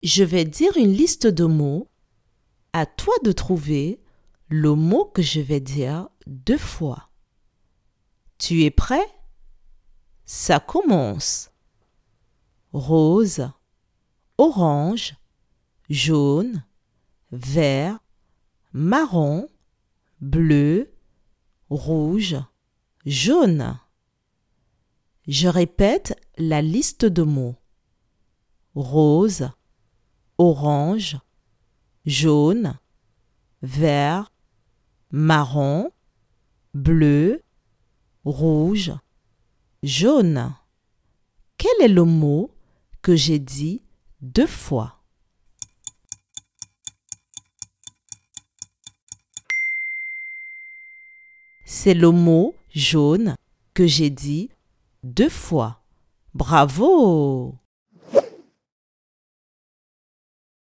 Je vais dire une liste de mots. À toi de trouver le mot que je vais dire 2 fois. Tu es prêt? Ça commence. Rose, orange, jaune, vert, marron, bleu, rouge, jaune. Je répète la liste de mots. Rose, orange, jaune, vert, marron, bleu, rouge, jaune. Quel est le mot que j'ai dit 2 fois? C'est le mot jaune que j'ai dit 2 fois. Bravo!